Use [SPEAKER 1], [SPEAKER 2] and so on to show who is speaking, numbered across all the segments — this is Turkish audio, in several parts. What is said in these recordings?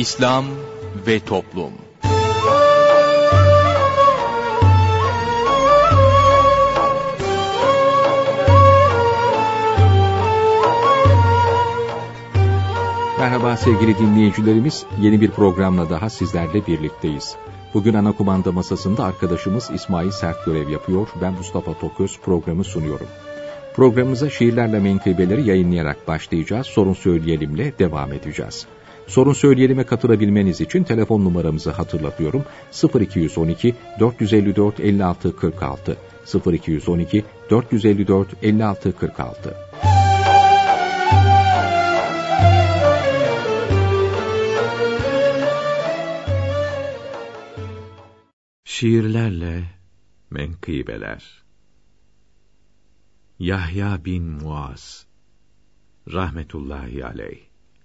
[SPEAKER 1] İslam ve Toplum.
[SPEAKER 2] Merhaba sevgili dinleyicilerimiz, yeni bir programla daha sizlerle birlikteyiz. Bugün ana kumanda masasında arkadaşımız İsmail Sert görev yapıyor, ben Mustafa Toköz programı sunuyorum. Programımıza şiirlerle menkıbeleri yayınlayarak başlayacağız, sorun söyleyelimle devam edeceğiz. Sorun söyleyelime katılabilmeniz için telefon numaramızı hatırlatıyorum. 0212 454 56 46 0212 454 56 46.
[SPEAKER 3] Şiirlerle menkıbeler. Yahya bin Muaz rahmetullahi aleyh.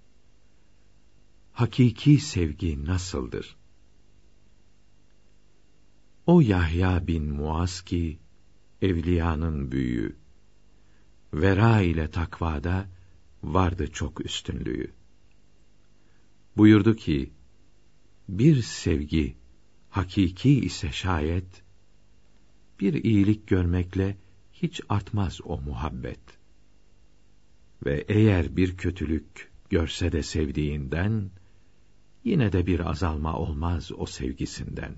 [SPEAKER 3] Hakiki sevgi nasıldır? O Yahya bin Muaz ki evliyanın büyüğü, vera ile takvada vardı çok üstünlüğü. Buyurdu ki, bir sevgi hakiki ise şayet, bir iyilik görmekle hiç artmaz o muhabbet. Ve eğer bir kötülük görse de sevdiğinden, yine de bir azalma olmaz o sevgisinden.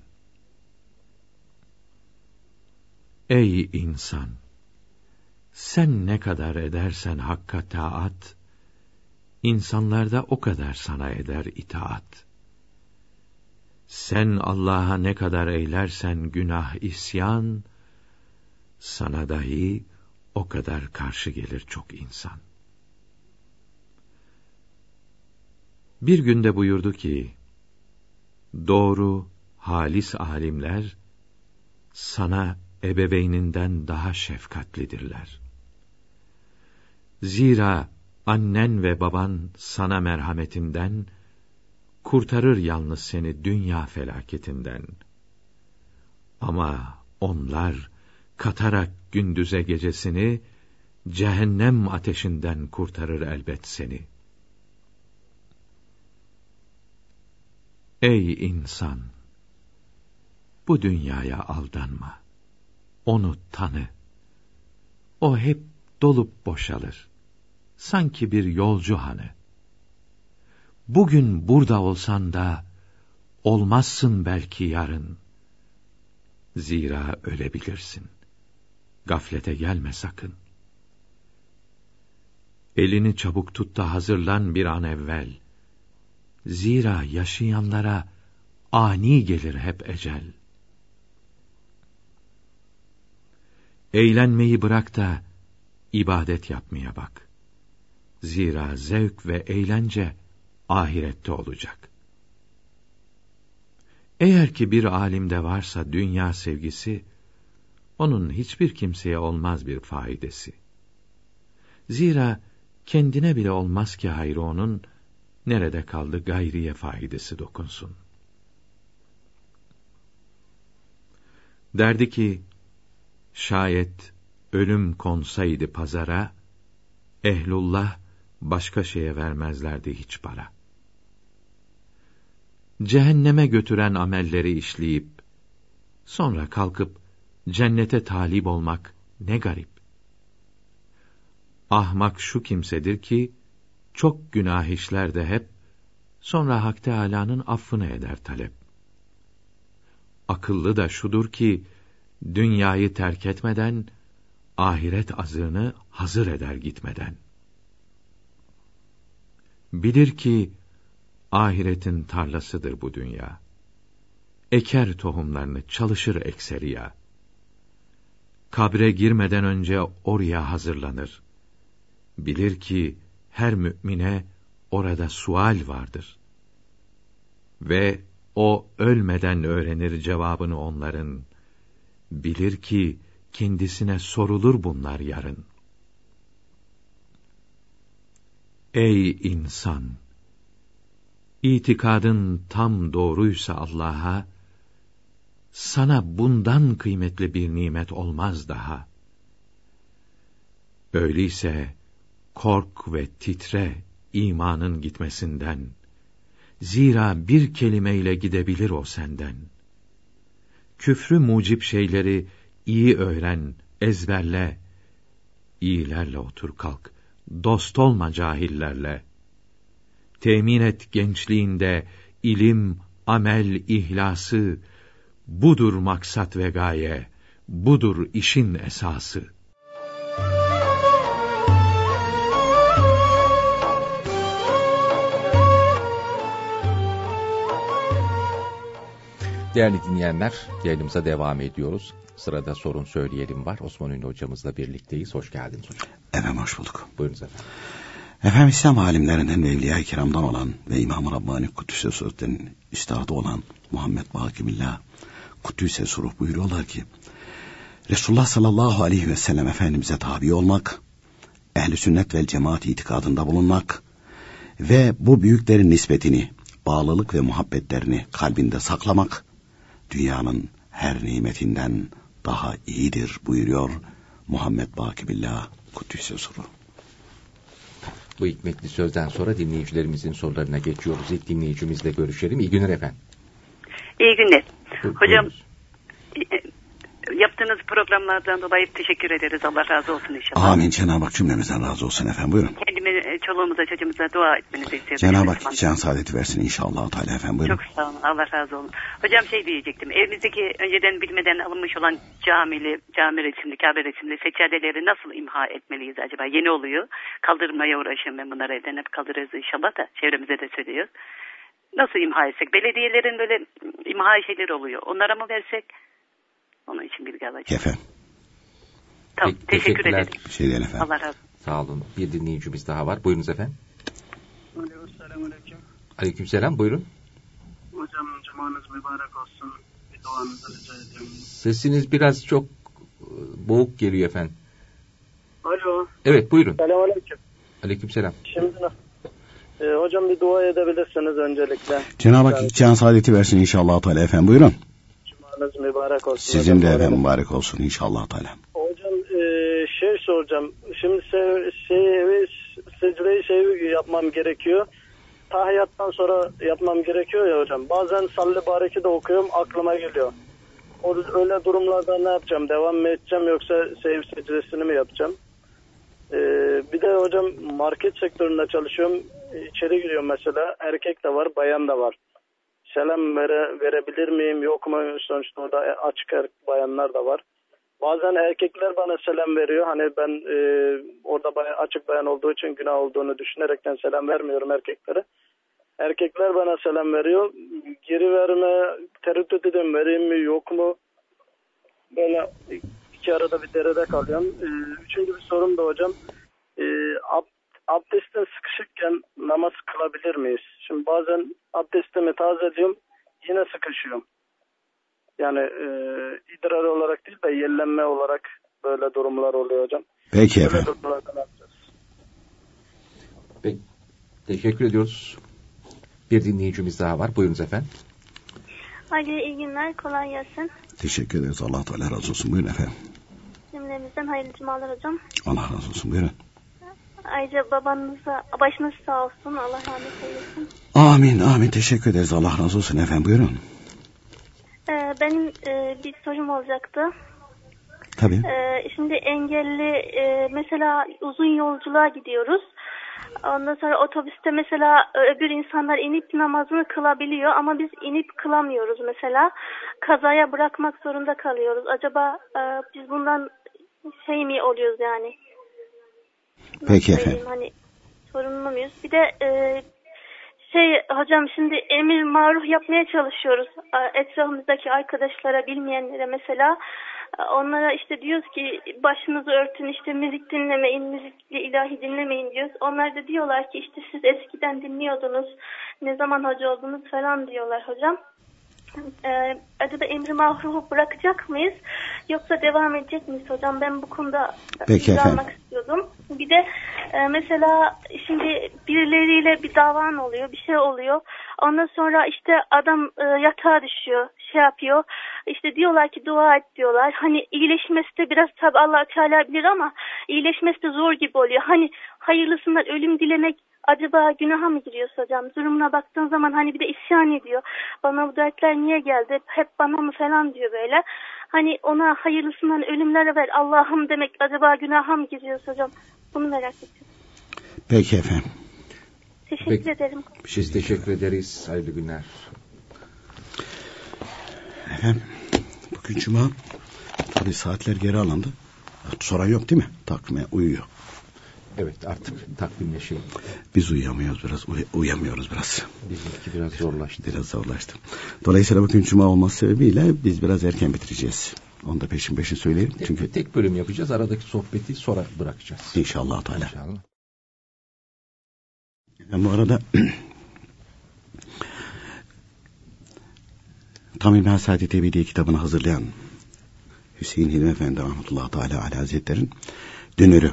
[SPEAKER 3] Ey insan! Sen ne kadar edersen hakka taat, insanlarda o kadar sana eder itaat. Sen Allah'a ne kadar eylersen günah isyan, sana dahi o kadar karşı gelir çok insan. Bir günde buyurdu ki, doğru, halis alimler, sana ebeveyninden daha şefkatlidirler. Zira annen ve baban sana merhametinden, kurtarır yalnız seni dünya felaketinden. Ama onlar, katarak gündüze gecesini, cehennem ateşinden kurtarır elbet seni. Ey insan! Bu dünyaya aldanma. Onu tanı. O hep dolup boşalır. Sanki bir yolcu hanı. Bugün burada olsan da, olmazsın belki yarın. Zira ölebilirsin. Gaflete gelme sakın. Elini çabuk tut da hazırlan bir an evvel. Zira yaşayanlara ani gelir hep ecel. Eğlenmeyi bırak da ibadet yapmaya bak. Zira zevk ve eğlence ahirette olacak. Eğer ki bir alimde varsa dünya sevgisi, onun hiçbir kimseye olmaz bir faydası. Zira kendine bile olmaz ki hayrı onun, nerede kaldı gayriye faydası dokunsun. Derdi ki, şayet ölüm konsaydı pazara, ehlullah başka şeye vermezlerdi hiç para. Cehenneme götüren amelleri işleyip, sonra kalkıp cennete talip olmak ne garip. Ahmak şu kimsedir ki, çok günah işler de hep, sonra Hak Teâlâ'nın affını eder talep. Akıllı da şudur ki, dünyayı terk etmeden, ahiret azığını hazır eder gitmeden. Bilir ki, ahiretin tarlasıdır bu dünya. Eker tohumlarını çalışır ekseriya. Kabre girmeden önce oraya hazırlanır. Bilir ki, her mümine orada sual vardır. Ve o ölmeden öğrenir cevabını onların. Bilir ki, kendisine sorulur bunlar yarın. Ey insan! İtikadın tam doğruysa Allah'a, sana bundan kıymetli bir nimet olmaz daha. Öyleyse kork ve titre imanın gitmesinden. Zira bir kelimeyle gidebilir o senden. Küfrü mucip şeyleri iyi öğren, ezberle. İyilerle otur kalk, dost olma cahillerle. Temin et gençliğinde ilim, amel, ihlası. Budur maksat ve gaye, budur işin esası.
[SPEAKER 2] Değerli dinleyenler, yayınımıza devam ediyoruz. Sırada sorun söyleyelim var. Osman Ünlü hocamızla birlikteyiz. Hoş geldiniz hocam.
[SPEAKER 4] Efendim hoş bulduk.
[SPEAKER 2] Buyurunuz efendim.
[SPEAKER 4] Efendim İslam alimlerinden ve Evliya-i Kiram'dan olan ve İmam-ı Rabbani Kuddüs'e Suret'in üstadı olan Muhammed Bakimillah Kuddüs'e Suruh buyuruyorlar ki Resulullah sallallahu aleyhi ve sellem Efendimiz'e tabi olmak, ehl-i sünnet vel cemaat itikadında bulunmak ve bu büyüklerin nispetini, bağlılık ve muhabbetlerini kalbinde saklamak, dünyanın her nimetinden daha iyidir buyuruyor Muhammed Bakimillah Kuddüs'e Suruh.
[SPEAKER 2] Bu hikmetli sözden sonra dinleyicilerimizin sorularına geçiyoruz. İlk dinleyicimizle görüşelim. İyi günler efendim.
[SPEAKER 5] İyi günler. Hocam,
[SPEAKER 2] Buyurunuz.
[SPEAKER 5] yaptığınız programlardan dolayı teşekkür ederiz. Allah razı olsun inşallah.
[SPEAKER 4] Amin. Cenab-ı Hak cümlemizden razı olsun efendim. Buyurun.
[SPEAKER 5] Kendime, çoluğumuza, çocuğumuza dua etmenizi istiyorum.
[SPEAKER 4] Cenab-ı Hak can saadeti versin inşallah Teala efendim. Buyurun.
[SPEAKER 5] Çok sağ olun. Allah razı olsun. Hocam diyecektim. Evimizdeki önceden bilmeden alınmış olan cami resimli, Kabe resimli seccadeleri nasıl imha etmeliyiz acaba? Yeni oluyor. Kaldırmaya uğraşıyorum ben bunları, evden hep kaldırırız inşallah da. Çevremize de söylüyoruz. Nasıl imha etsek? Belediyelerin böyle imha şeyleri oluyor. Onlara mı versek? Onun için bilgi alacağım.
[SPEAKER 4] Efendim.
[SPEAKER 5] Tamam, teşekkür ederim.
[SPEAKER 4] Şey değil efendim.
[SPEAKER 5] Allah razı olsun.
[SPEAKER 2] Sağ olun. Bir dinleyicimiz daha var. Buyurunuz efendim.
[SPEAKER 6] Selamünaleyküm.
[SPEAKER 2] Aleykümselam. Buyurun.
[SPEAKER 6] Hocam cumanız mübarek olsun. Bir duanızı rica ediyorum.
[SPEAKER 2] Sesiniz biraz çok boğuk geliyor efendim.
[SPEAKER 6] Alo.
[SPEAKER 2] Evet, buyurun.
[SPEAKER 6] Selamünaleyküm.
[SPEAKER 2] Aleykümselam.
[SPEAKER 6] Şimdi hocam bir dua edebilirsiniz öncelikle.
[SPEAKER 4] Cenab-ı Hak can saadeti versin inşallah Teala efendim. Buyurun.
[SPEAKER 6] Cumanız mübarek olsun.
[SPEAKER 4] Sizin de efendim mübarek olsun inşallah Teala.
[SPEAKER 6] Hocam soracağım. Şimdi secde-i yapmam gerekiyor. Tahiyyattan sonra yapmam gerekiyor ya hocam. Bazen salli bareki de okuyorum, aklıma geliyor. Öyle durumlarda ne yapacağım? Devam mı edeceğim yoksa secdesini mi yapacağım? Bir de hocam market sektöründe çalışıyorum. İçeri giriyorum mesela. Erkek de var, bayan da var. Selam verebilir miyim yok mu? Sonuçta orada açık bayanlar da var. Bazen erkekler bana selam veriyor. Hani ben orada açık bayan olduğu için günah olduğunu düşünerekten selam vermiyorum erkeklere. Erkekler bana selam veriyor. Geri verme, tereddüt ediyorum, vereyim mi yok mu? Böyle iki arada bir derede kalıyorum. Üçüncü bir sorum da hocam. Abdestten sıkışıkken namaz kılabilir miyiz? Şimdi bazen abdestimi tazeliyorum, yine sıkışıyorum. Yani idrar olarak değil de yellenme olarak böyle durumlar oluyor hocam.
[SPEAKER 4] Peki efendim.
[SPEAKER 2] Peki, teşekkür ediyoruz. Bir dinleyicimiz daha var. Buyurunuz efendim.
[SPEAKER 7] Hadi iyi günler, kolay gelsin.
[SPEAKER 4] Teşekkür ederiz. Allah Teala razı olsun. Buyurun efendim.
[SPEAKER 7] Cümlemizden hayırlı cumalar hocam.
[SPEAKER 4] Allah razı olsun. Buyurun.
[SPEAKER 7] Ayrıca babanıza, başınız sağ olsun. Allah rahmet eylesin.
[SPEAKER 4] Amin. Amin. Teşekkür ederiz. Allah razı olsun efendim. Buyurun.
[SPEAKER 7] Benim bir sorum olacaktı.
[SPEAKER 4] Tabii.
[SPEAKER 7] Şimdi engelli mesela uzun yolculuğa gidiyoruz. Ondan sonra otobüste mesela öbür insanlar inip namazını kılabiliyor ama biz inip kılamıyoruz mesela. Kazaya bırakmak zorunda kalıyoruz. Acaba biz bundan mi oluyoruz yani?
[SPEAKER 4] Peki efendim.
[SPEAKER 7] Hani sorumlu muyuz? Bir de hocam şimdi emir maruf yapmaya çalışıyoruz. Etrafımızdaki arkadaşlara, bilmeyenlere mesela. Onlara işte diyoruz ki başınızı örtün, işte müzik dinlemeyin, müzikli ilahi dinlemeyin diyoruz. Onlar da diyorlar ki işte siz eskiden dinliyordunuz, ne zaman hoca oldunuz falan diyorlar hocam. Acaba emri mahrufu bırakacak mıyız yoksa devam edecek miyiz hocam? Ben bu konuda bilgi almak istiyordum. Bir de mesela şimdi birileriyle bir davan oluyor, bir şey oluyor. Ondan sonra işte adam yatağa düşüyor, yapıyor. İşte diyorlar ki dua et diyorlar. Hani iyileşmesi de biraz tabi Allah Teala bilir ama iyileşmesi de zor gibi oluyor. Hani hayırlısından ölüm dilemek acaba günaha mı giriyoruz hocam? Durumuna baktığın zaman hani bir de isyan ediyor. Bana bu dertler niye geldi? Hep bana mı falan diyor böyle. Hani ona hayırlısından ölümlere ver Allah'ım demek acaba günaha mı giriyoruz hocam? Bunu merak ettim.
[SPEAKER 4] Peki efendim.
[SPEAKER 7] Teşekkür ederim.
[SPEAKER 2] Biz teşekkür ederiz. Hayırlı günler.
[SPEAKER 4] Efendim, bugün cuma. Tabii saatler geri alındı. Soran yok değil mi? Takvime uyuyor.
[SPEAKER 2] Evet, artık takvimleşelim.
[SPEAKER 4] Biz uyuyamıyoruz biraz. Uyuyamıyoruz biraz.
[SPEAKER 2] Bizimki biraz zorlaştı.
[SPEAKER 4] Biraz zorlaştı. Dolayısıyla bugün cuma olması sebebiyle biz biraz erken bitireceğiz. Onu da peşin söyleyelim. Çünkü
[SPEAKER 2] tek bölüm yapacağız. Aradaki sohbeti sonra bırakacağız.
[SPEAKER 4] İnşallah Teala.
[SPEAKER 2] İnşallah.
[SPEAKER 4] Bu arada Tam İlmihal Saadet Ebedi kitabını hazırlayan Hüseyin Hilmi Efendi rahmetullahi teala aleyhi hazretlerin dünürü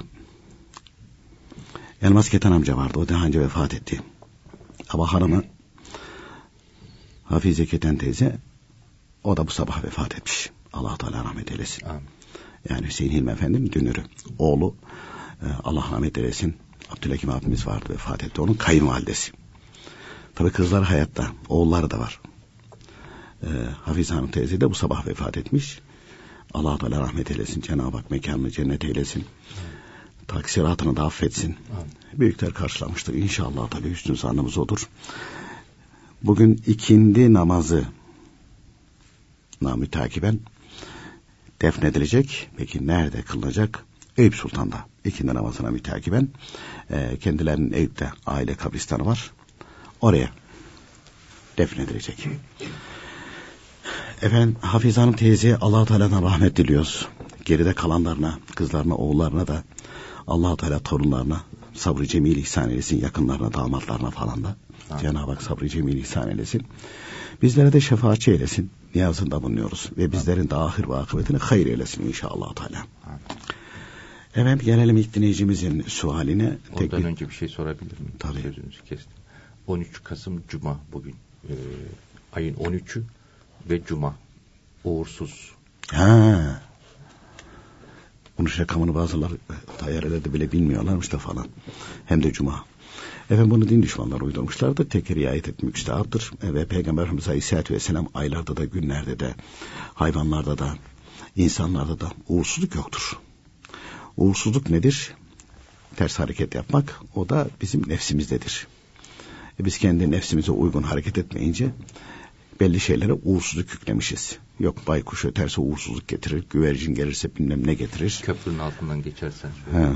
[SPEAKER 4] Elmas Keten amca vardı. O daha önce vefat etti. Ama hanımı Hafize Keten teyze, o da bu sabah vefat etmiş. Allah Teala rahmet eylesin.
[SPEAKER 2] Amin.
[SPEAKER 4] Yani Hüseyin Hilmi Efendi'nin dünürü. Oğlu Allah rahmet eylesin, Abdülhakim abimiz vardı, vefat etti. Onun kayınvalidesi. Tabii kızlar hayatta. Oğulları da var. Hafize Hanım teyze de bu sabah vefat etmiş. Allah Teala rahmet eylesin. Cenab-ı Hak mekanını cennet eylesin. Taksiratını da affetsin. Büyükler karşılamıştır. İnşallah tabii hüsnü zannımız odur. Bugün ikindi namazı mütakiben defnedilecek. Peki nerede kılınacak? Eyüp Sultan'da. İkindi namazına mütakiben kendilerinin Eyüp'te aile kabristanı var. Oraya defnedilecek. Efendim Hafize Hanım teyzeye Allah-u Teala'dan rahmet diliyoruz. Geride kalanlarına, kızlarına, oğullarına da Allah-u Teala torunlarına sabrı cemil ihsan eylesin, yakınlarına, damatlarına falan da Cenab-ı Hak sabrı cemil ihsan eylesin. Bizlere de şefaatçi eylesin. Niyazında bulunuyoruz ve bizlerin de ahir ve akıbetini hayır eylesin inşallah Teala. Evet, gelelim ilk dinleyicimizin sualine.
[SPEAKER 2] Ondan önce bir şey sorabilir miyim?
[SPEAKER 4] Tabii.
[SPEAKER 2] Sözünüzü kestim. 13 Kasım Cuma bugün. Ayın 13'ü ve Cuma. Uğursuz.
[SPEAKER 4] Ha. Bunun rakamını bazıları dairelerde bile bilmiyorlarmış da falan. Hem de Cuma. Efendim bunu din düşmanları uydurmuşlardır. Tek riayet etmek müstehattır. Ve Peygamber Efendimiz Aleyhisselatü Vesselam aylarda da, günlerde de, hayvanlarda da, insanlarda da uğursuzluk yoktur. Uğursuzluk nedir? Ters hareket yapmak. O da bizim nefsimizdedir. Biz kendi nefsimize uygun hareket etmeyince belli şeylere uğursuzluk yüklemişiz. Yok baykuş öterse uğursuzluk getirir. Güvercin gelirse bilmem ne getirir.
[SPEAKER 2] Köprünün altından geçersen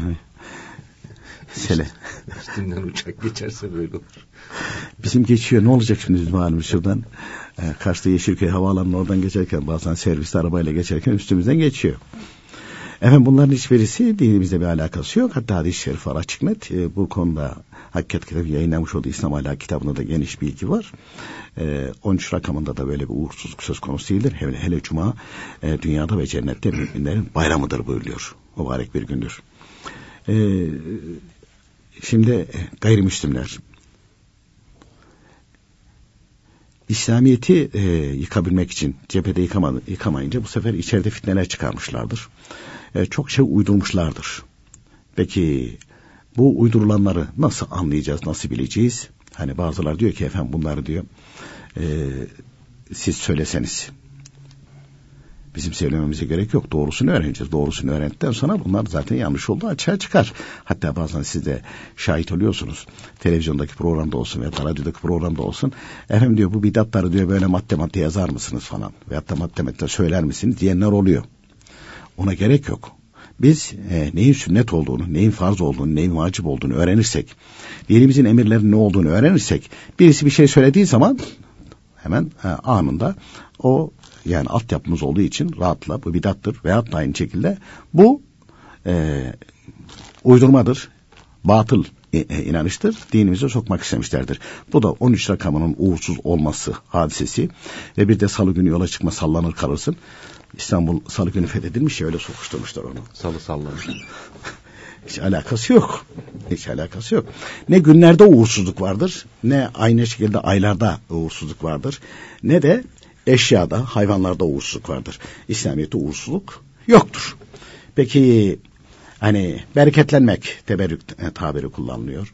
[SPEAKER 4] şöyle.
[SPEAKER 2] Üstünden uçak geçerse böyle olur.
[SPEAKER 4] Bizim geçiyor. Ne olacak şimdi bizim halimiz şuradan? Kars'ta Yeşilköy havaalanının oradan geçerken, bazen serviste arabayla geçerken üstümüzden geçiyor. Efendim bunların hiçbirisi dinimizle bir alakası yok. Hatta hadis-i şerif var açık net. Bu konuda Hakikat kitabı yayınlamış olduğu İslam Ahlakı kitabında da geniş bilgi var. 13 rakamında da böyle bir uğursuzluk söz konusu değildir. Hele Cuma dünyada ve cennette müminlerin bayramıdır buyuruyor. Mübarek bir gündür. Şimdi gayrimüslimler İslamiyet'i yıkabilmek için cephede yıkamayınca bu sefer içeride fitneler çıkarmışlardır. Çok şey uydurmuşlardır. Peki bu uydurulanları nasıl anlayacağız, nasıl bileceğiz? Hani bazıları diyor ki efendim bunları diyor siz söyleseniz. Bizim söylememize gerek yok. Doğrusunu öğreneceğiz. Doğrusunu öğrendikten sonra bunlar zaten yanlış olduğu açığa çıkar. Hatta bazen siz de şahit oluyorsunuz. Televizyondaki programda olsun veya radyodaki programda olsun. Efendim diyor bu bidatları diyor böyle madde yazar mısınız falan. Veyahut da madde söyler misiniz diyenler oluyor. Ona gerek yok. Biz neyin sünnet olduğunu, neyin farz olduğunu, neyin vacip olduğunu öğrenirsek, dinimizin emirlerinin ne olduğunu öğrenirsek, birisi bir şey söylediği zaman hemen anında o yani altyapımız olduğu için rahatla bu bidattır veyahut da aynı şekilde bu uydurmadır, batıl inanıştır, dinimize sokmak istemişlerdir. Bu da 13 rakamının uğursuz olması hadisesi ve bir de salı günü yola çıkma sallanır kalırsın. İstanbul salı günü fethedilmiş ya öyle sokuşturmuşlar onu.
[SPEAKER 2] Salı sallamış.
[SPEAKER 4] Hiç alakası yok. Hiç alakası yok. Ne günlerde uğursuzluk vardır, ne aynı şekilde aylarda uğursuzluk vardır, ne de eşyada, hayvanlarda uğursuzluk vardır. İslamiyet'te uğursuzluk yoktur. Peki hani bereketlenmek, teberrük tabiri kullanılıyor.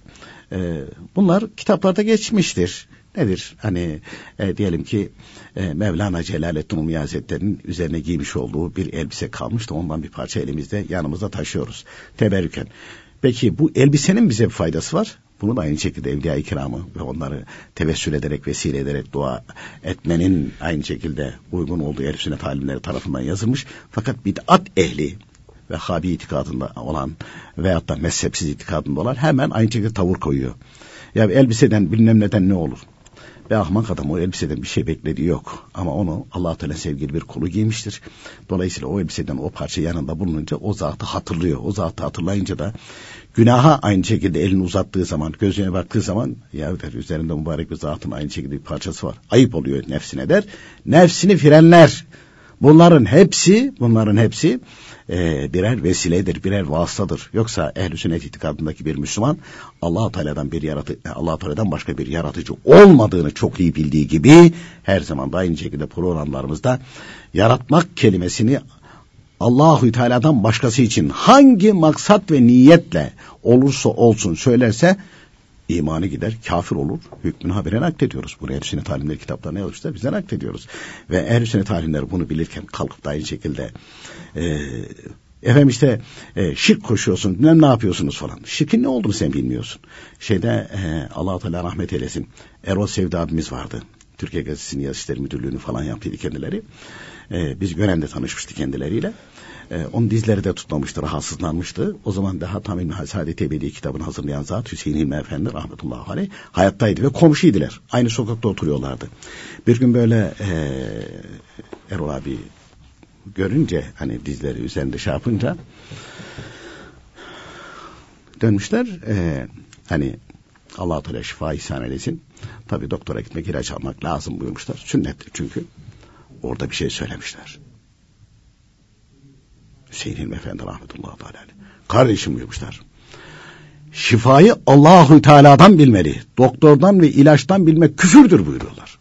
[SPEAKER 4] Bunlar kitaplarda geçmiştir. Nedir? Hani diyelim ki Mevlana Celaleddin Rumi Hazretleri'nin üzerine giymiş olduğu bir elbise kalmıştı. Ondan bir parça elimizde, yanımızda taşıyoruz. Teberrüken. Peki bu elbisenin bize bir faydası var. Bunu da aynı şekilde Evliya-i Kiram'ı ve onları tevessül ederek, vesile ederek dua etmenin aynı şekilde uygun olduğu ehl-i sünnet alimleri tarafından yazılmış. Fakat bid'at ehli ve Habi itikadında olan veyahut da mezhepsiz itikadında olan hemen aynı şekilde tavır koyuyor. Ya elbiseden bilmem neden ne olur? Ve ahmak adam o elbiseden bir şey beklediği yok. Ama onu Allah-u Teala sevgili bir kulu giymiştir. Dolayısıyla o elbiseden o parça yanında bulununca o zatı hatırlıyor. O zatı hatırlayınca da günaha aynı şekilde elini uzattığı zaman, gözüne baktığı zaman ya der, üzerinde mübarek bir zatın aynı şekilde bir parçası var. Ayıp oluyor nefsine der. Nefsini frenler. Bunların hepsi birer vesiledir, birer vasıtadır. Yoksa ehl-i sünnet itikadındaki bir Müslüman Allah-u Teala'dan başka bir yaratıcı olmadığını çok iyi bildiği gibi her zaman da aynı şekilde programlarımızda yaratmak kelimesini Allah-u Teala'dan başkası için hangi maksat ve niyetle olursa olsun söylerse imanı gider, kafir olur. Hükmünü habire naklediyoruz. Bunu ehl-i sünnet alimleri kitaplarına yazmışlar, bize naklediyoruz. Ve ehl-i sünnet alimleri bunu bilirken kalkıp da aynı şekilde efendim işte şirk koşuyorsun, ne yapıyorsunuz falan. Şirkin ne olduğunu sen bilmiyorsun. Allah-u Teala rahmet eylesin. Erol Sevdi abimiz vardı. Türkiye Gazetesi'nin Yazı İşleri Müdürlüğü'nü falan yaptıydı kendileri. Biz Gönen'de tanışmıştık kendileriyle. Onun dizleri de tutmamıştı, rahatsızlanmıştı. O zaman daha tam İlmi Saadet Ebedi kitabını hazırlayan zat Hüseyin Hilmi Efendi rahmetullahi aleyh hayattaydı ve komşuydular. Aynı sokakta oturuyorlardı. Bir gün böyle Erol abi görünce hani dizleri üzerinde şey yapınca dönmüşler hani Allah-u Teala şifa ihsan eylesin. Tabii doktora gitmek, ilaç almak lazım buyurmuşlar. Sünnettir çünkü. Orada bir şey söylemişler. Hüseyin Hilmi Efendi rahmetullahi aleyh. Kardeşim buyurmuşlar. Şifayı Allah-u Teala'dan bilmeli. Doktordan ve ilaçtan bilmek küfürdür buyuruyorlar.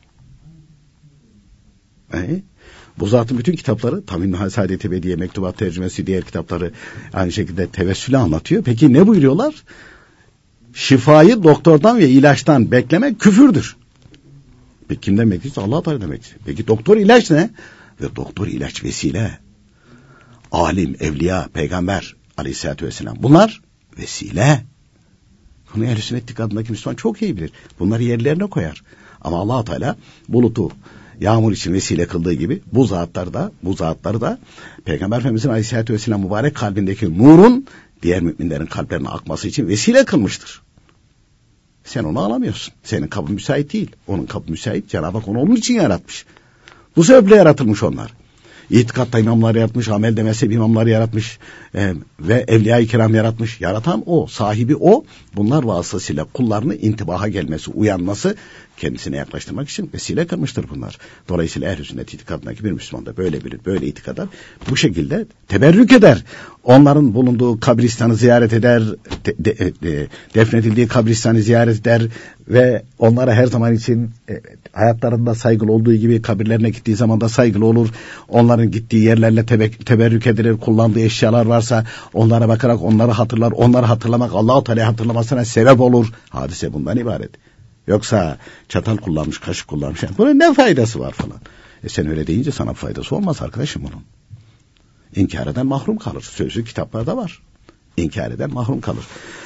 [SPEAKER 4] Bu zatın bütün kitapları Tam-i Saadet Ebediye, Mektubat tercümesi, diğer kitapları aynı şekilde tevessülü anlatıyor. Peki ne buyuruyorlar? Şifayı doktordan ve ilaçtan beklemek küfürdür. Peki kimden bekliyorsa Allah-u Teala demek. Peki doktor ilaç ne? Ve doktor ilaç vesile. Alim, evliya, peygamber aleyhissalatü vesselam. Bunlar vesile. Bunu ehl-i sünnet itikadındaki Müslüman çok iyi bilir. Bunları yerlerine koyar. Ama Allah-u Teala bulutu yağmur için vesile kıldığı gibi bu zatları da Peygamber Efendimizin aleyhissalatü vesselam mübarek kalbindeki nurun diğer müminlerin kalplerine akması için vesile kılmıştır. Sen onu alamıyorsun. Senin kabın müsait değil. Onun kabı müsait. Cenab-ı Hak onu onun için yaratmış. Bu sebeple yaratılmış onlar. İtikatta imamlar yaratmış, amelde mezhep imamları yaratmış ve evliya-i kiram yaratmış. Yaratan o, sahibi o. Bunlar vasıtasıyla kullarını intibaha gelmesi, uyanması, kendisine yaklaştırmak için vesile kılmıştır bunlar. Dolayısıyla ehl-i sünnet itikadındaki bir Müslüman da böyle bilir, böyle itikadar. Bu şekilde teberrük eder. Onların bulunduğu kabristanı ziyaret eder, defnedildiği kabristanı ziyaret eder ve onlara her zaman için hayatlarında saygılı olduğu gibi kabirlerine gittiği zaman da saygılı olur. Onların gittiği yerlerle teberrük edilir. Kullandığı eşyalar varsa onlara bakarak onları hatırlar. Onları hatırlamak Allah-u Teala'yı hatırlamasına sebep olur. Hadise bundan ibaret. Yoksa çatal kullanmış, kaşık kullanmış. Bunun ne faydası var falan. Sen öyle deyince sana faydası olmaz arkadaşım bunun. İnkar eden mahrum kalır. Sözlü kitaplarda var. İnkar eden mahrum kalır.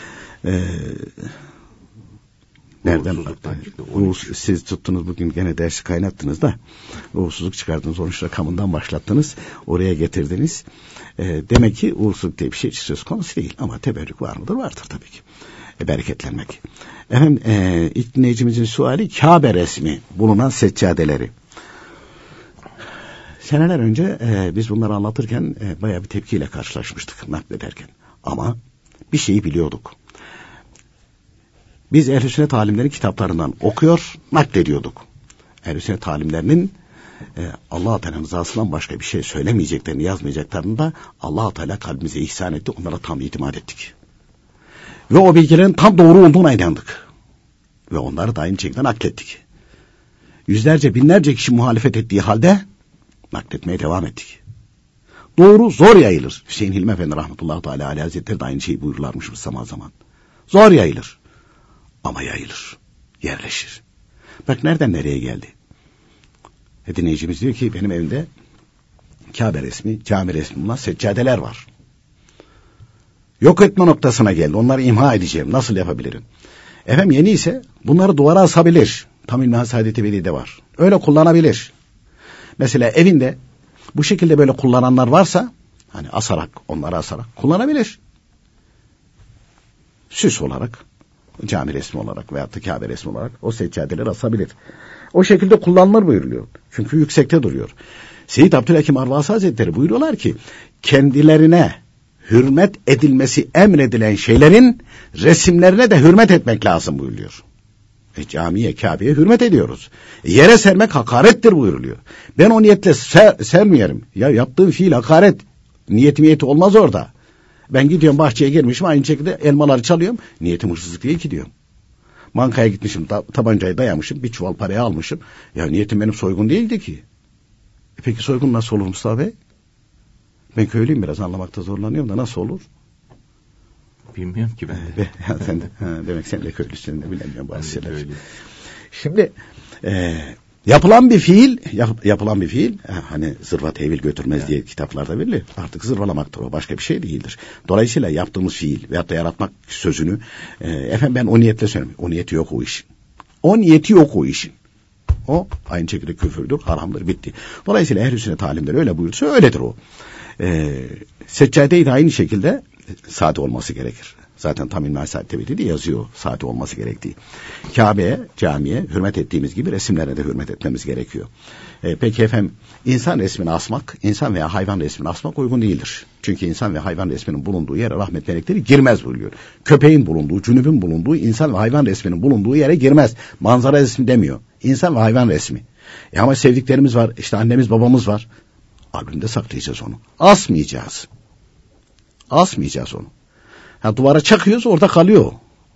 [SPEAKER 4] Nereden? Siz tuttunuz bugün gene dersi kaynattınız da uğursuzluk çıkardınız. 13 rakamından başlattınız. Oraya getirdiniz. Demek ki uğursuzluk diye bir şey söz konusu değil. Ama teberrük var mıdır? Vardır tabii ki. Bereketlenmek. Efendim ilk dinleyicimizin suali Kabe resmi bulunan seccadeleri. Seneler önce biz bunları anlatırken bayağı bir tepkiyle karşılaşmıştık naklederken. Ama bir şeyi biliyorduk. Biz ehl-i sünnet alimlerin kitaplarından okuyor, naklediyorduk. Ehl-i sünnet alimlerinin Allah-u Teala'nın rızasından başka bir şey söylemeyeceklerini, yazmayacaklarını da Allah-u Teala kalbimize ihsan etti. Onlara tam itimat ettik. Ve o bilgilerin tam doğru olduğuna inandık. Ve onları da aynı şekilde naklettik. Yüzlerce, binlerce kişi muhalefet ettiği halde nakletmeye devam ettik. Doğru zor yayılır. Hüseyin Hilmi Efendi rahmetullahi teala aleyhi hazretleri de aynı şeyi buyururlarmış zaman zaman. Zor yayılır. ama yayılır, yerleşir. Bak nereden nereye geldi. Dinleyicimiz diyor ki benim evimde Kabe resmi, cami resmi olan seccadeler var. Yok etme noktasına geldi. Onları imha edeceğim. Nasıl yapabilirim? Efendim yeni ise bunları duvara asabilir. Tam İlmihal Saadet-i Veli'de var. Öyle kullanabilir. Mesela evinde bu şekilde böyle kullananlar varsa hani asarak, onları asarak kullanabilir. Süs olarak, cami resmi olarak veyahut da Kabe resmi olarak o seccadeleri asabilir. O şekilde kullanılır buyuruluyor. Çünkü yüksekte duruyor. Seyyid Abdülhakim Arvasi Hazretleri buyuruyorlar ki kendilerine hürmet edilmesi emredilen şeylerin resimlerine de hürmet etmek lazım buyuruyor. Camiye, Kabe'ye hürmet ediyoruz. Yere sermek hakarettir buyuruluyor. Ben o niyetle sermiyorum. Ya yaptığım fiil hakaret. Niyeti olmaz orada. Ben gidiyorum bahçeye girmişim aynı şekilde elmaları çalıyorum. Niyetim hırsızlık değil ki diyorum. Bankaya gitmişim tabancayı dayamışım bir çuval parayı almışım. Ya niyetim benim soygun değildi ki. Peki soygun nasıl olur Mustafa Bey? Ben köylüyüm biraz anlamakta zorlanıyorum da nasıl olur?
[SPEAKER 2] Bilmiyorum ki ben de.
[SPEAKER 4] Sen de demek sen de köylüsün de bilemiyorum bazı şeyler. Şimdi yapılan bir fiil hani zırva tevil götürmez diye kitaplarda verilir. Artık zırvalamaktır o başka bir şey değildir. Dolayısıyla yaptığımız fiil veyahut da yaratmak sözünü efendim ben o niyetle söylemiyorum. O niyeti yok o işin. O niyeti yok o işin. O aynı şekilde küfürdür, haramdır, bitti. Dolayısıyla ehl-i sünnet alimleri öyle buyursa öyledir o. Seccadeyi de aynı şekilde sade olması gerekir. Zaten tam İlmihal Saadet-i Veli'de yazıyor sade olması gerektiği. Kabe'ye, camiye hürmet ettiğimiz gibi resimlerine de hürmet etmemiz gerekiyor. Peki efendim insan resmini asmak, insan veya hayvan resmini asmak uygun değildir. Çünkü insan ve hayvan resminin bulunduğu yere rahmet melekleri girmez buyuruyor. Köpeğin bulunduğu, cünübün bulunduğu, insan ve hayvan resminin bulunduğu yere girmez. Manzara resmi demiyor. İnsan ve hayvan resmi. Ama sevdiklerimiz var, işte annemiz babamız var. Albümde saklayacağız onu. Asmayacağız. Asmayacağız onu. Duvara çakıyoruz orada kalıyor.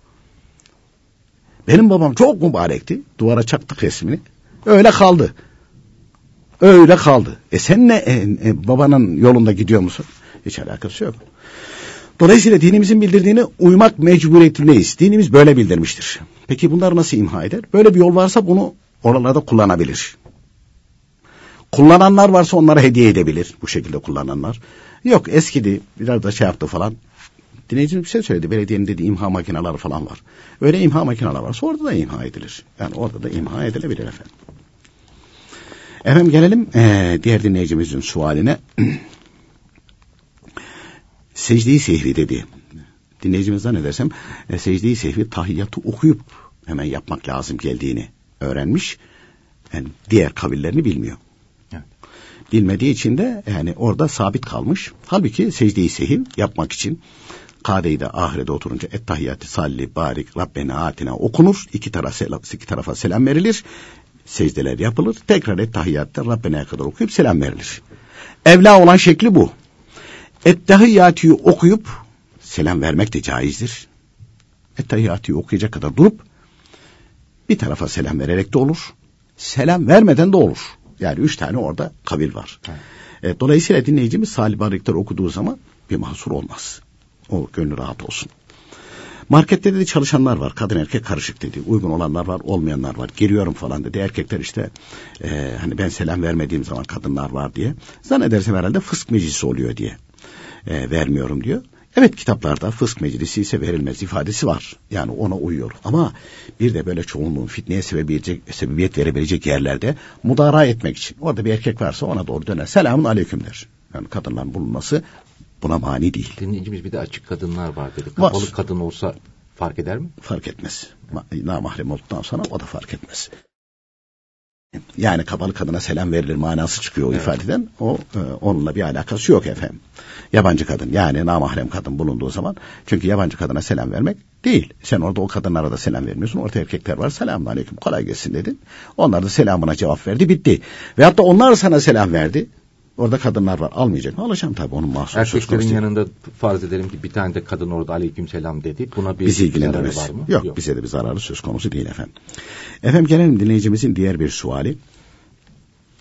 [SPEAKER 4] Benim babam çok mübarekti. Duvara çaktık resmini. Öyle kaldı. Öyle kaldı. Sen ne babanın yolunda gidiyor musun? Hiç alakası yok. Dolayısıyla dinimizin bildirdiğini uymak mecburiyetindeyiz. Dinimiz böyle bildirmiştir. Peki bunları nasıl imha eder? Böyle bir yol varsa bunu oralarda kullanabilir. Kullananlar varsa onlara hediye edebilir. Bu şekilde kullananlar. Yok eskidi biraz da yaptı falan. Dinleyicimiz bir şey söyledi. Belediyenin dediği imha makineleri falan var. Öyle imha makineleri varsa orada da imha edilir. Yani orada da imha edilebilir efendim. Efendim gelelim diğer dinleyicimizin sualine. Secde-i sehvi dedi. Dinleyicimiz zannedersem secde-i sehvi tahiyyatı okuyup hemen yapmak lazım geldiğini öğrenmiş. Yani diğer kavillerini bilmiyor. Evet. Bilmediği için de yani orada sabit kalmış. Halbuki secde-i sehvi yapmak için Kade'yi de ahirede oturunca Ettehiyyatü salli barik Rabbena atina okunur. İki tarafa selam verilir. Secdeler yapılır. Tekrar Ettehiyyatü'de Rabbena'ya kadar okuyup selam verilir. Evla olan şekli bu. Ettehiyyatü'yü okuyup selam vermek de caizdir. Ettehiyyatü'yü okuyacak kadar durup bir tarafa selam vererek de olur. Selam vermeden de olur. Yani 3 tane orada kavil var. Dolayısıyla dinleyicimiz salli barikler okuduğu zaman bir mahsur olmaz. O gönlü rahat olsun. Markette de çalışanlar var. Kadın erkek karışık dedi. Uygun olanlar var, olmayanlar var. Giriyorum falan dedi. Erkekler işte hani ben selam vermediğim zaman kadınlar var diye. Zannedersem herhalde fısk meclisi oluyor diye vermiyorum diyor. Evet kitaplarda fısk meclisi ise verilmez ifadesi var. Yani ona uyuyor. Ama bir de böyle çoğunluğun fitneye sebebiyet verebilecek yerlerde mudara etmek için. Orada bir erkek varsa ona doğru döner. Selamun aleyküm der. Yani kadınların bulunması buna mani değil.
[SPEAKER 2] Dinleyicimiz bir de açık kadınlar var dedi. Kapalı var. Kadın olsa fark eder mi?
[SPEAKER 4] Fark etmez. Namahrem olduktan sonra o da fark etmez. Yani kapalı kadına selam verilir manası çıkıyor o ifadeden. Onunla bir alakası yok efendim. Yabancı kadın yani namahrem kadın bulunduğu zaman çünkü yabancı kadına selam vermek değil. Sen orada o kadınlara da selam vermiyorsun. Orada erkekler var. Selamun aleyküm kolay gelsin dedin. Onlar da selamına cevap verdi bitti. Veyahut da onlar sana selam verdi. Orada kadınlar var. Almayacak mı? Alacağım tabii onun mahsus.
[SPEAKER 2] Erkeklerin yanında farz edelim ki bir tane de kadın orada aleykümselam dedi. Buna bir zararı var mı?
[SPEAKER 4] Yok bize de bir zararı söz konusu değil efendim. Efendim gelelim dinleyicimizin diğer bir suali.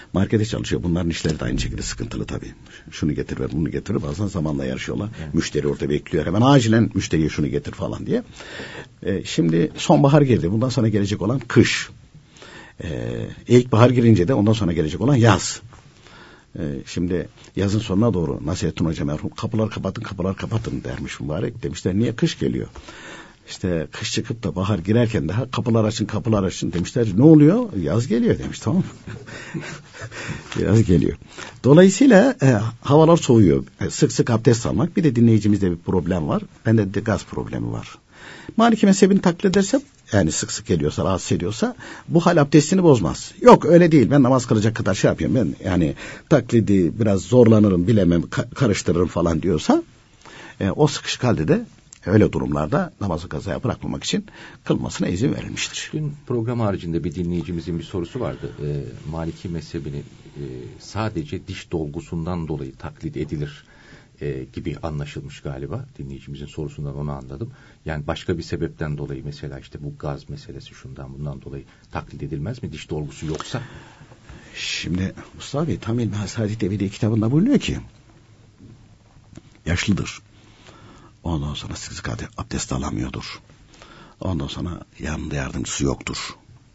[SPEAKER 4] Markete çalışıyor. Bunların işleri de aynı şekilde sıkıntılı tabii. Şunu getir ver, bunu getir. Bazen zamanla yarışıyorlar. Evet. Müşteri orada bekliyor. Hemen acilen müşteriye şunu getir falan diye. Şimdi sonbahar girdi. Bundan sonra gelecek olan kış. İlkbahar girince de ondan sonra gelecek olan yaz. Şimdi yazın sonuna doğru Nasrettin Hoca merhum kapılar kapatın dermiş mübarek. Demişler niye? Kış geliyor. İşte kış çıkıp da bahar girerken daha kapılar açın demişler. Ne oluyor? Yaz geliyor demiş, tamam mı? Yaz geliyor. Dolayısıyla havalar soğuyor. Sık sık abdest almak. Bir de dinleyicimizde bir problem var. Bende de gaz problemi var. Maliki mezhebini taklit edersem, yani sık sık geliyorsa, rahatsız ediyorsa bu hal abdestini bozmaz. Yok öyle değil, ben namaz kılacak kadar şey yapıyorum, ben yani taklidi biraz zorlanırım, bilemem, karıştırırım falan diyorsa o sıkışık halde de öyle durumlarda namazı kazaya bırakmamak için kılmasına izin verilmiştir.
[SPEAKER 2] Dün program haricinde bir dinleyicimizin bir sorusu vardı. Maliki mezhebinin sadece diş dolgusundan dolayı taklit edilir gibi anlaşılmış galiba. Dinleyicimizin sorusundan onu anladım. Yani başka bir sebepten dolayı, mesela işte bu gaz meselesi şundan bundan dolayı taklit edilmez mi diş dolgusu yoksa?
[SPEAKER 4] Şimdi Mustafa Bey tam İlmi Hasadit Evi'de kitabında bulunuyor ki yaşlıdır. Ondan sonra sık abdest alamıyordur. Ondan sonra yanında yardımcısı yoktur.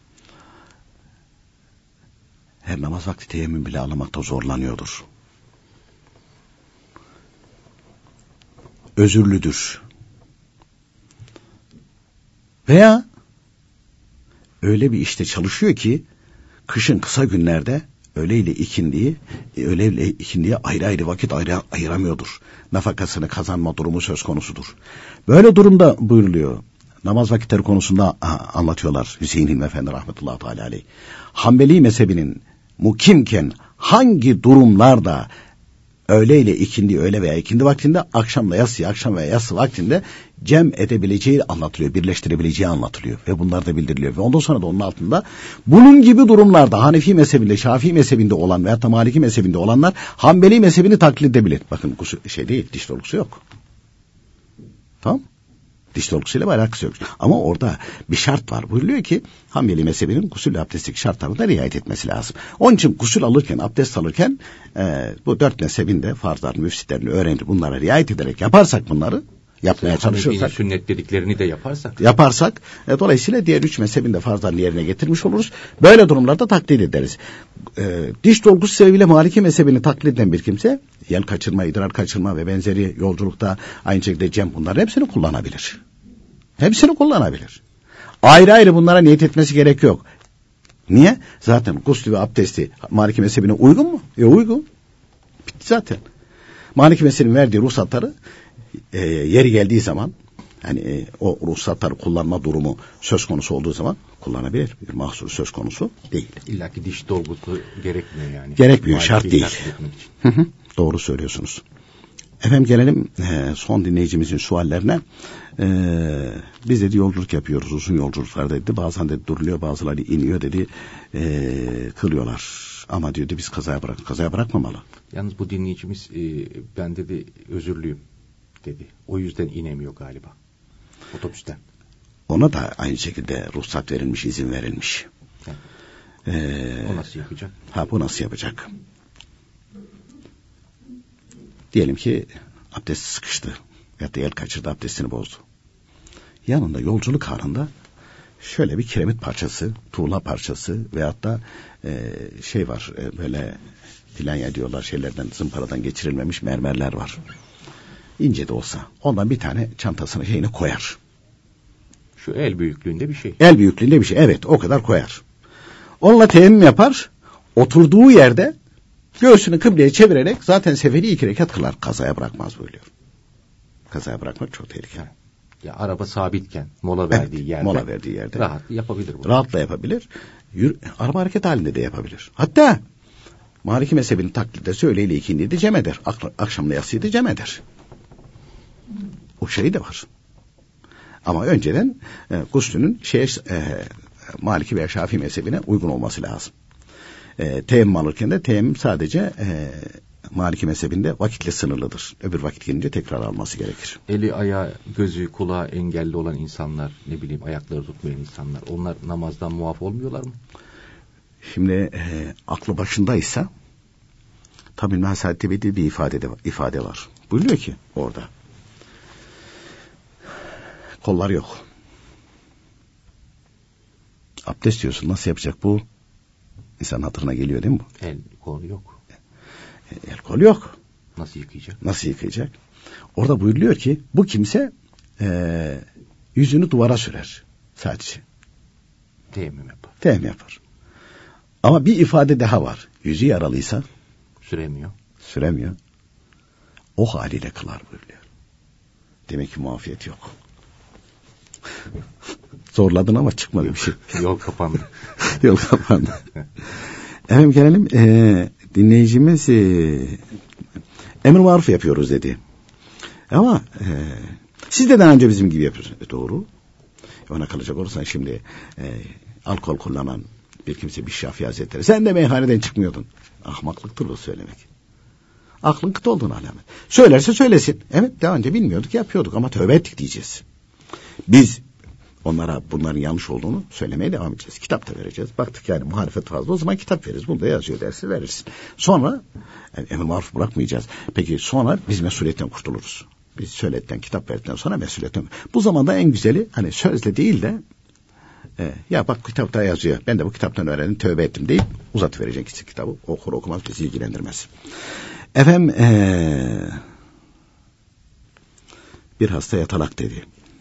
[SPEAKER 4] Her namaz vakti teyemmüm bile alamakta zorlanıyordur. Özürlüdür. Veya öyle bir işte çalışıyor ki kışın kısa günlerde öğleyle ikindiye ayrı vakit ayıramıyordur. Nafakasını kazanma durumu söz konusudur. Böyle durumda buyuruluyor. Namaz vakitleri konusunda anlatıyorlar Hüseyin Hilmi Efendi rahmetullahi teala aleyh. Hanbeli mezhebinin mukimken hangi durumlarda öğle veya ikindi vaktinde, akşamla yatsı, akşam veya yatsı vaktinde cem edebileceği anlatılıyor, birleştirebileceği anlatılıyor ve bunlar da bildiriliyor. Ve ondan sonra da onun altında bunun gibi durumlarda Hanefi mezhebinde, Şafii mezhebinde olan veyahut da Maliki mezhebinde olanlar Hanbeli mezhebini taklit edebilir. Bakın diş dolgusu yok. Tamam? Diş dolgusuyla alakası yok. Ama orada bir şart var. Buyuruyor ki Hanbeli mezhebinin gusül abdestteki şartlarına da riayet etmesi lazım. Onun için gusül alırken, abdest alırken bu 4 mezhebin de farzlarını, müfsitlerini öğrenip bunlara riayet ederek yaparsak, bunları yapmaya çalışırsak,
[SPEAKER 2] sünnet dediklerini de yaparsak
[SPEAKER 4] dolayısıyla diğer 3 mezhebin de farzlarını yerine getirmiş oluruz. Böyle durumlarda taklit ederiz. Diş dolgusu sebebiyle Maliki mezhebini taklit eden bir kimse yel kaçırma, idrar kaçırma ve benzeri yolculukta aynı şekilde cem, bunların hepsini kullanabilir. Ayrı ayrı bunlara niyet etmesi gerek yok. Niye? Zaten gusül ve abdesti Maliki mezhebine uygun mu? Uygun. Bitti zaten. Maliki mezhebinin verdiği ruhsatları yeri geldiği zaman, hani o ruhsatları kullanma durumu söz konusu olduğu zaman kullanabilir. Bir mahsur söz konusu değil.
[SPEAKER 2] İlla ki diş dolgusu gerekmiyor yani.
[SPEAKER 4] Gerekmiyor, şart değil. Doğru söylüyorsunuz. Efendim gelelim son dinleyicimizin suallerine. Biz dedi yolculuk yapıyoruz, uzun yolculuklar dedi. Bazen de duruluyor, bazıları iniyor dedi. Kılıyorlar. Ama diyordu biz kazaya bırakmamalı.
[SPEAKER 2] Yalnız bu dinleyicimiz ben dedi özürlüyüm dedi. O yüzden inemiyor galiba otobüsten.
[SPEAKER 4] Ona da aynı şekilde ruhsat verilmiş, izin verilmiş.
[SPEAKER 2] O nasıl yapacak?
[SPEAKER 4] Bu nasıl yapacak? Diyelim ki abdest sıkıştı ya da el kaçırdı, abdestini bozdu. Yanında yolculuk halinde şöyle bir kiremit parçası, tuğla parçası veyahut da var, böyle filanya diyorlar, şeylerden, zımparadan geçirilmemiş mermerler var. İnce de olsa ondan bir tane çantasına koyar.
[SPEAKER 2] Şu el büyüklüğünde bir şey.
[SPEAKER 4] Evet, o kadar koyar. Onunla teyemmüm yapar. Oturduğu yerde göğsünü kıbleye çevirerek zaten seferi 2 rekat kılar. Kazaya bırakmaz buyuruyor. Kazaya bırakmak çok tehlikeli.
[SPEAKER 2] Ya araba sabitken mola verdiği yerde rahat yapabilir bunu.
[SPEAKER 4] Rahatla yapabilir. Araba hareket halinde de yapabilir. Hatta Maliki mezhebinin taklidi de öğleyle ikindiyi de cem eder. Akşamla yatsıyı da cem eder. O şey de var. Ama önceden guslünün Maliki veya Şafii mezhebine uygun olması lazım. Teyemmüm alırken de teyemmüm sadece Maliki mezhebinde vakitle sınırlıdır. Öbür vakit gelince tekrar alması gerekir.
[SPEAKER 2] Eli, ayağı, gözü, kulağı engelli olan insanlar, ayakları tutmayan insanlar, onlar namazdan muaf olmuyorlar mı?
[SPEAKER 4] Şimdi aklı başındaysa tabii nasihat bir ifade var. Buyuruyor ki orada kollar yok. Abdest diyorsun, nasıl yapacak bu? İnsanın hatırına geliyor değil mi bu?
[SPEAKER 2] El kol yok.
[SPEAKER 4] El kol yok.
[SPEAKER 2] Nasıl yıkayacak?
[SPEAKER 4] Orada buyuruluyor ki bu kimse yüzünü duvara sürer sadece. Teyemmüm yapar. Ama bir ifade daha var. Yüzü yaralıysa süremiyor. O haliyle kılar buyuruyor. Demek ki muafiyet yok. Zorladın ama çıkmadı bir şey.
[SPEAKER 2] Yol kapandı.
[SPEAKER 4] Efendim gelelim. Dinleyicimiz emir maruf yapıyoruz dedi. Ama siz de daha önce bizim gibi yapıyorsunuz. Doğru. Ona kalacak olursan şimdi alkol kullanan bir kimse bir Şafii Hazretleri. Sen de meyhaneden çıkmıyordun. Ahmaklıktır o söylemek. Aklın kıt olduğunu alamet. Söylerse söylesin. Evet, daha önce bilmiyorduk, yapıyorduk ama tövbe ettik diyeceğiz. Biz onlara bunların yanlış olduğunu söylemeye devam edeceğiz. Kitap da vereceğiz. Baktık yani muhalefet fazla, o zaman kitap veririz. Burada yazıyor dersi veririz. Sonra emir maruf bırakmayacağız. Peki sonra biz mesuliyetten kurtuluruz. Biz söyledikten, kitap verdikten sonra mesuliyetten. Bu zamanda en güzeli hani sözle değil de ya bak kitapta yazıyor, ben de bu kitaptan öğrendim, tövbe ettim deyip uzatıverecek kitabı. Okur okumaz bizi ilgilendirmez. Efendim bir hasta yatalak dedi.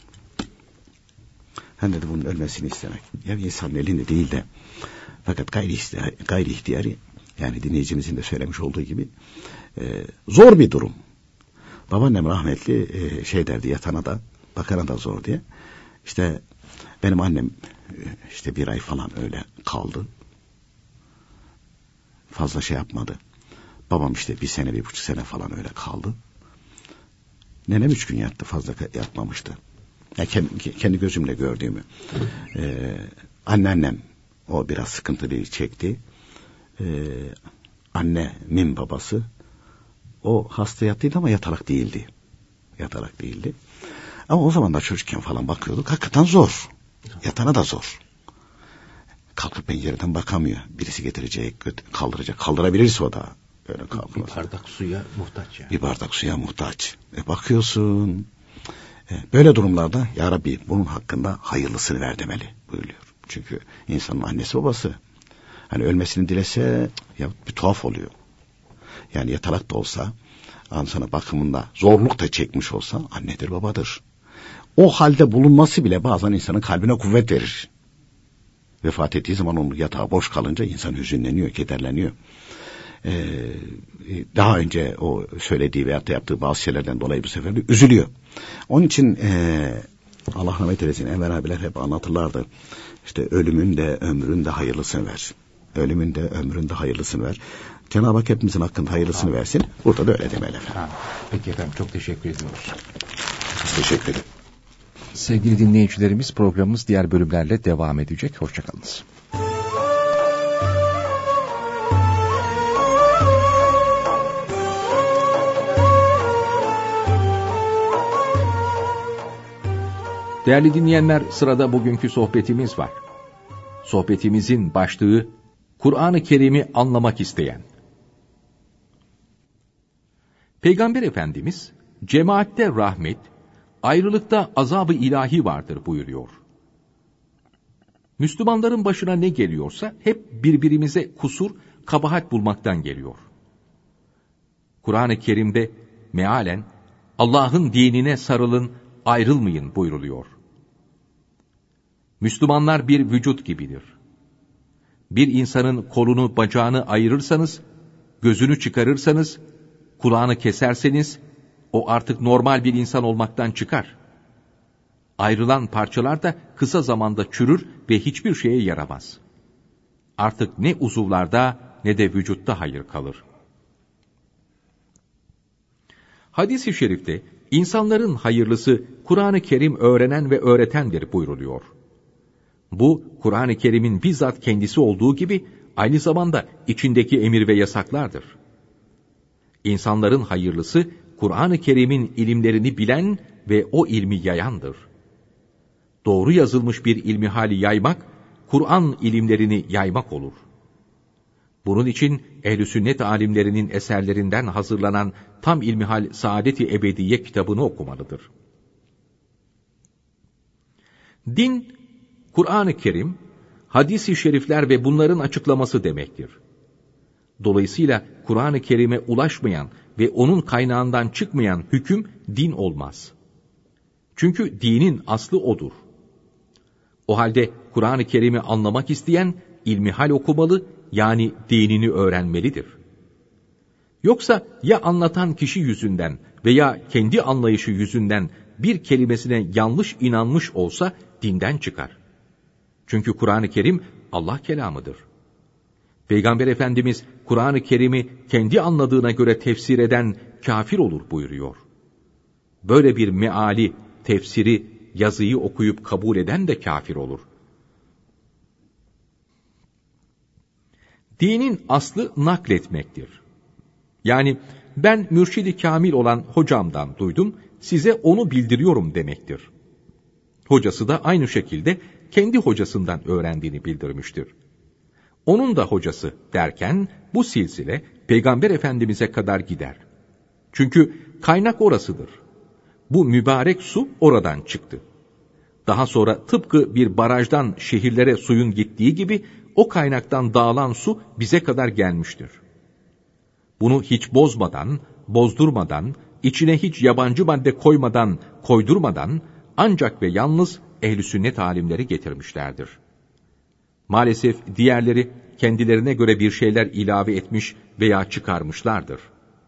[SPEAKER 4] Hani dedi bunun ölmesini istemek. Ya insanın elinde değil de fakat gayri ihtiyari, yani dinleyicimizin de söylemiş olduğu gibi zor bir durum. Babaannem rahmetli şey derdi, yatana da bakana da zor diye. İşte benim annem işte 1 ay falan öyle kaldı. Fazla şey yapmadı. Babam işte 1 sene 1,5 sene falan öyle kaldı. Nenem 3 gün yattı, fazla yatmamıştı. Yani kendi gözümle gördüğümü. Anneannem o biraz sıkıntı çekti. Annemin babası o hasta yattıydı ama yatarak değildi. Ama o zaman da çocukken falan bakıyorduk. Hakikaten zor. Yatana da zor. Kalkıp pencereden bakamıyor. Birisi getirecek, kaldıracak. Kaldırabilirse o da öyle kalkmaz.
[SPEAKER 2] Bir bardak suya muhtaç yani.
[SPEAKER 4] Bir bardak suya muhtaç. Bakıyorsun. Böyle durumlarda ya Rabbi bunun hakkında hayırlısını ver demeli buyuruyor. Çünkü insanın annesi babası hani ölmesini dilese ya bir tuhaf oluyor. Yani yatalak da olsa, sana bakımında zorluk da çekmiş olsa annedir babadır. O halde bulunması bile bazen insanın kalbine kuvvet verir. Vefat ettiği zaman onun yatağı boş kalınca insan hüzünleniyor, kederleniyor. Daha önce o söylediği veyahut da yaptığı bazı şeylerden dolayı bu sefer de üzülüyor. Onun için Allah rahmet eylesin, Enver abiler hep anlatırlardı. İşte ölümün de ömrün de hayırlısını ver. Ölümün de ömrün de hayırlısını ver. Cenab-ı Hak hepimizin hakkında hayırlısını versin. Burada da öyle demeli efendim.
[SPEAKER 2] Peki efendim, çok teşekkür ediyoruz.
[SPEAKER 4] Teşekkür ederim.
[SPEAKER 2] Sevgili dinleyicilerimiz, programımız diğer bölümlerle devam edecek. Hoşçakalınız. Değerli dinleyenler, sırada bugünkü sohbetimiz var. Sohbetimizin başlığı Kur'an-ı Kerim'i anlamak isteyen. Peygamber Efendimiz, cemaatte rahmet, ayrılıkta azab-ı ilahi vardır buyuruyor. Müslümanların başına ne geliyorsa hep birbirimize kusur, kabahat bulmaktan geliyor. Kur'an-ı Kerim'de mealen Allah'ın dinine sarılın, ayrılmayın buyruluyor. Müslümanlar bir vücut gibidir. Bir insanın kolunu, bacağını ayırırsanız, gözünü çıkarırsanız, kulağını keserseniz, o artık normal bir insan olmaktan çıkar. Ayrılan parçalar da kısa zamanda çürür ve hiçbir şeye yaramaz. Artık ne uzuvlarda ne de vücutta hayır kalır. Hadis-i şerifte, insanların hayırlısı Kur'an-ı Kerim öğrenen ve öğretendir buyruluyor. Bu, Kur'an-ı Kerim'in bizzat kendisi olduğu gibi, aynı zamanda içindeki emir ve yasaklardır. İnsanların hayırlısı, Kur'an-ı Kerim'in ilimlerini bilen ve o ilmi yayandır. Doğru yazılmış bir ilmihali yaymak, Kur'an ilimlerini yaymak olur. Bunun için ehl-i sünnet alimlerinin eserlerinden hazırlanan Tam İlmihal Saadet-i Ebediye kitabını okumalıdır. Din, Kur'an-ı Kerim, hadis-i şerifler ve bunların açıklaması demektir. Dolayısıyla Kur'an-ı Kerim'e ulaşmayan ve onun kaynağından çıkmayan hüküm din olmaz. Çünkü dinin aslı odur. O halde Kur'an-ı Kerim'i anlamak isteyen ilmihal okumalı, yani dinini öğrenmelidir. Yoksa ya anlatan kişi yüzünden veya kendi anlayışı yüzünden bir kelimesine yanlış inanmış olsa dinden çıkar. Çünkü Kur'an-ı Kerim Allah kelamıdır. Peygamber Efendimiz Kur'an-ı Kerim'i kendi anladığına göre tefsir eden kafir olur buyuruyor. Böyle bir meali, tefsiri, yazıyı okuyup kabul eden de kafir olur. Dinin aslı nakletmektir. Yani ben mürşid-i kamil olan hocamdan duydum, size onu bildiriyorum demektir. Hocası da aynı şekilde kendi hocasından öğrendiğini bildirmiştir. Onun da hocası derken bu silsile Peygamber Efendimiz'e kadar gider. Çünkü kaynak orasıdır. Bu mübarek su oradan çıktı. Daha sonra tıpkı bir barajdan şehirlere suyun gittiği gibi o kaynaktan dağılan su bize kadar gelmiştir. Bunu hiç bozmadan, bozdurmadan, içine hiç yabancı madde koymadan, koydurmadan ancak ve yalnız ehl-i sünnet alimleri getirmişlerdir. Maalesef diğerleri kendilerine göre bir şeyler ilave etmiş veya çıkarmışlardır.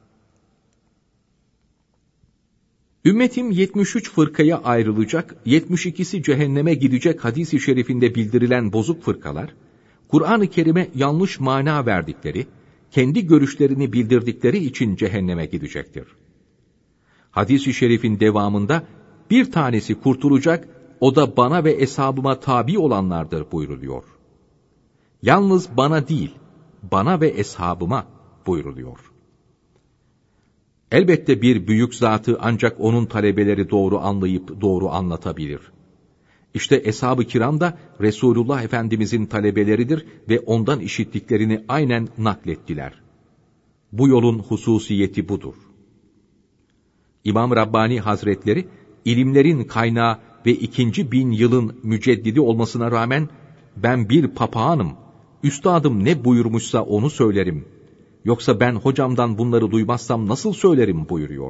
[SPEAKER 2] Ümmetim 73 fırkaya ayrılacak, 72'si cehenneme gidecek hadis-i şerifinde bildirilen bozuk fırkalar, Kur'an-ı Kerim'e yanlış mana verdikleri, kendi görüşlerini bildirdikleri için cehenneme gidecektir. Hadis-i şerifin devamında bir tanesi kurtulacak, o da bana ve eshabıma tabi olanlardır buyruluyor. Yalnız bana değil, bana ve eshabıma buyruluyor. Elbette bir büyük zatı ancak onun talebeleri doğru anlayıp doğru anlatabilir. İşte eshab-ı kiram da Resulullah Efendimizin talebeleridir ve ondan işittiklerini aynen naklettiler. Bu yolun hususiyeti budur. İmam Rabbani Hazretleri, ilimlerin kaynağı ve 2000 yılın müceddidi olmasına rağmen, ben bir papağanım, üstadım ne buyurmuşsa onu söylerim. Yoksa ben hocamdan bunları duymazsam nasıl söylerim buyuruyor.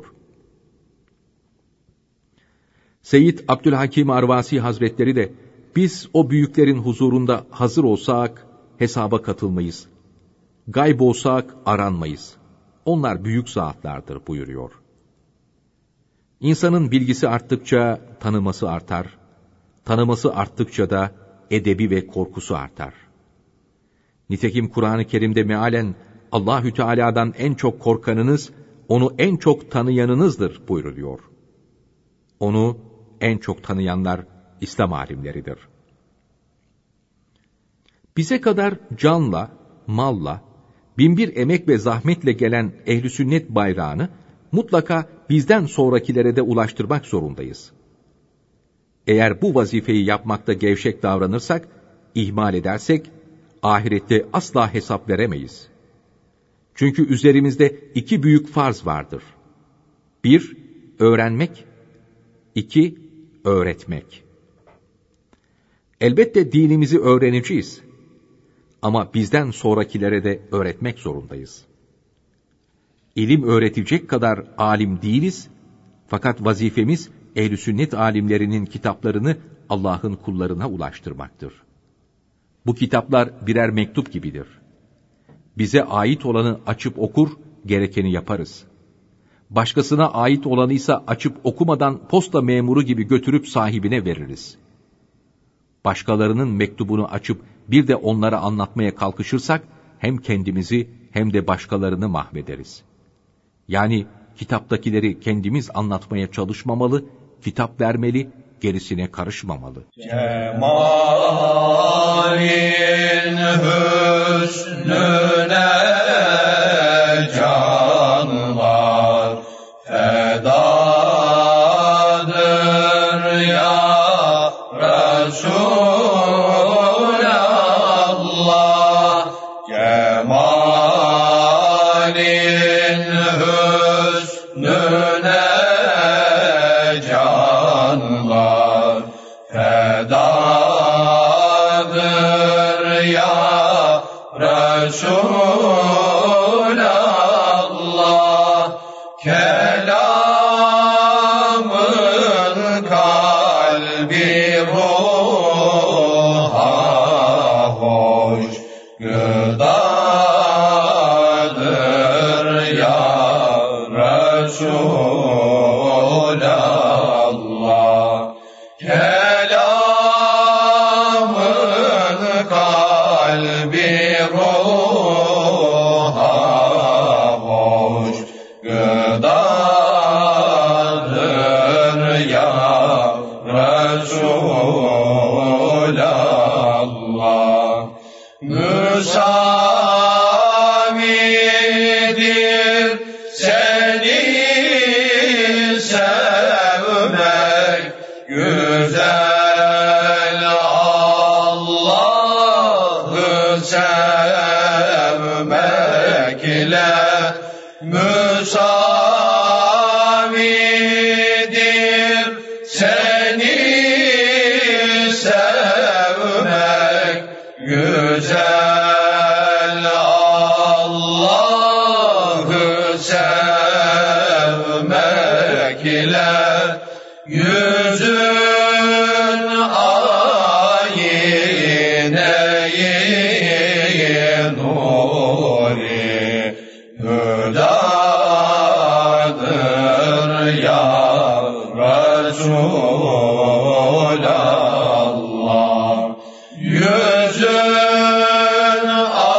[SPEAKER 2] Seyyid Abdülhakim Arvasi Hazretleri de, biz o büyüklerin huzurunda hazır olsak hesaba katılmayız. Gayb olsak aranmayız. Onlar büyük zatlardır buyuruyor. İnsanın bilgisi arttıkça tanıması artar. Tanıması arttıkça da edebi ve korkusu artar. Nitekim Kur'an-ı Kerim'de mealen Allahü Teala'dan en çok korkanınız, onu en çok tanıyanınızdır buyruluyor. Onu en çok tanıyanlar İslam alimleridir. Bize kadar canla, malla, binbir emek ve zahmetle gelen ehl-i sünnet bayrağını mutlaka bizden sonrakilere de ulaştırmak zorundayız. Eğer bu vazifeyi yapmakta gevşek davranırsak, ihmal edersek, ahirette asla hesap veremeyiz. Çünkü üzerimizde 2 büyük farz vardır. 1, öğrenmek. 2, öğretmek. Elbette dinimizi öğreneceğiz. Ama bizden sonrakilere de öğretmek zorundayız. İlim öğretecek kadar alim değiliz. Fakat vazifemiz ehl-i sünnet alimlerinin kitaplarını Allah'ın kullarına ulaştırmaktır. Bu kitaplar birer mektup gibidir. Bize ait olanı açıp okur, gerekeni yaparız. Başkasına ait olanıysa açıp okumadan posta memuru gibi götürüp sahibine veririz. Başkalarının mektubunu açıp bir de onlara anlatmaya kalkışırsak, hem kendimizi hem de başkalarını mahvederiz. Yani kitaptakileri kendimiz anlatmaya çalışmamalı, kitap vermeli, gerisine karışmamalı.
[SPEAKER 8] Cemalin hüsnüne canlar fedadır ya Resulallah. Cemal canlar fedadır ya Resulallah. Kelamın kalbi ruha hoş gıdadır ya Resulallah. Kelamın kalbi ruha hoş gıdadır ya Resulallah. Müsavidir seni sevmek güzel, Allah'ı sevmekle müsavidir seni sevmek güzel, Allah'ı sevmekle yüzün ayine-i nuri hüdadır ya Resulallah. Yüzün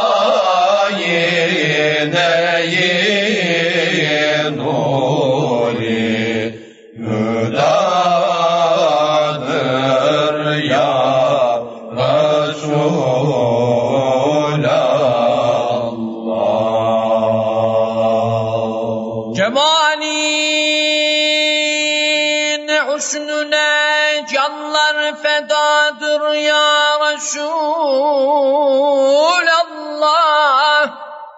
[SPEAKER 8] ayine-i nuri hüdadır ya Resulallah.
[SPEAKER 9] Cemalin husnüne canlar fedadır ya Resulallah.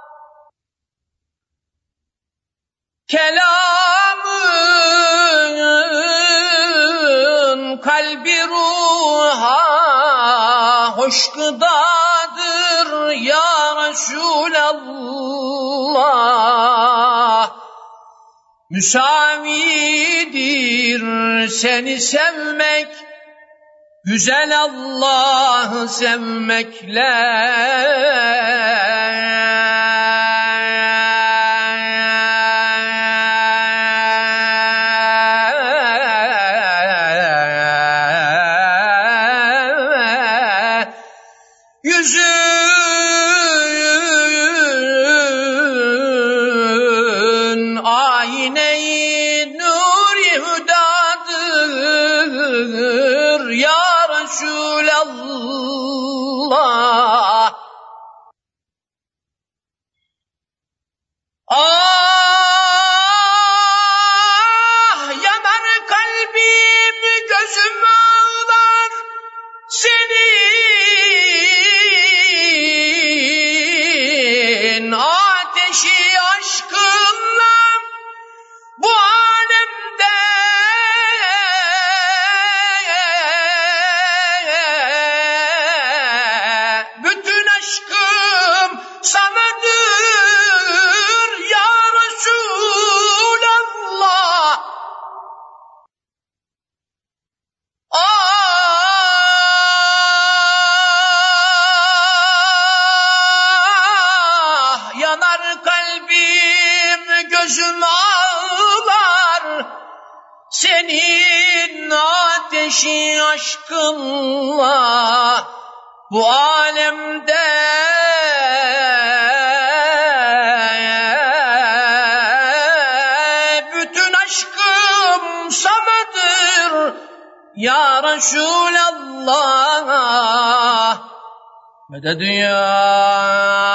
[SPEAKER 9] Kelamın kalbi ruha hoş gıdadır ya Resulallah. Müsavidir seni sevmek güzel, Allah'ı sevmekle yüzün ayine-i nuri hüdadır ya Resulallah. Ah yanar kalbim, gözüm ağlar senin ateşi aşkınla. Bu alemde bütün aşkım sanadır ya Resulallah. Ah yanar kalbim, gözüm ağlar senin ateşi aşkınla. Bu alemde bütün aşkım sanadır ya Resulallah. Meded ya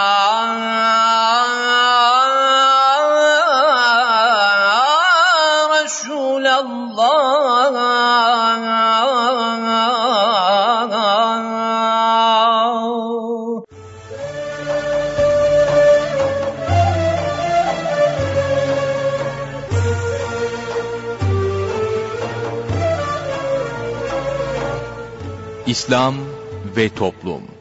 [SPEAKER 9] Resulallah.
[SPEAKER 1] İslam ve Toplum.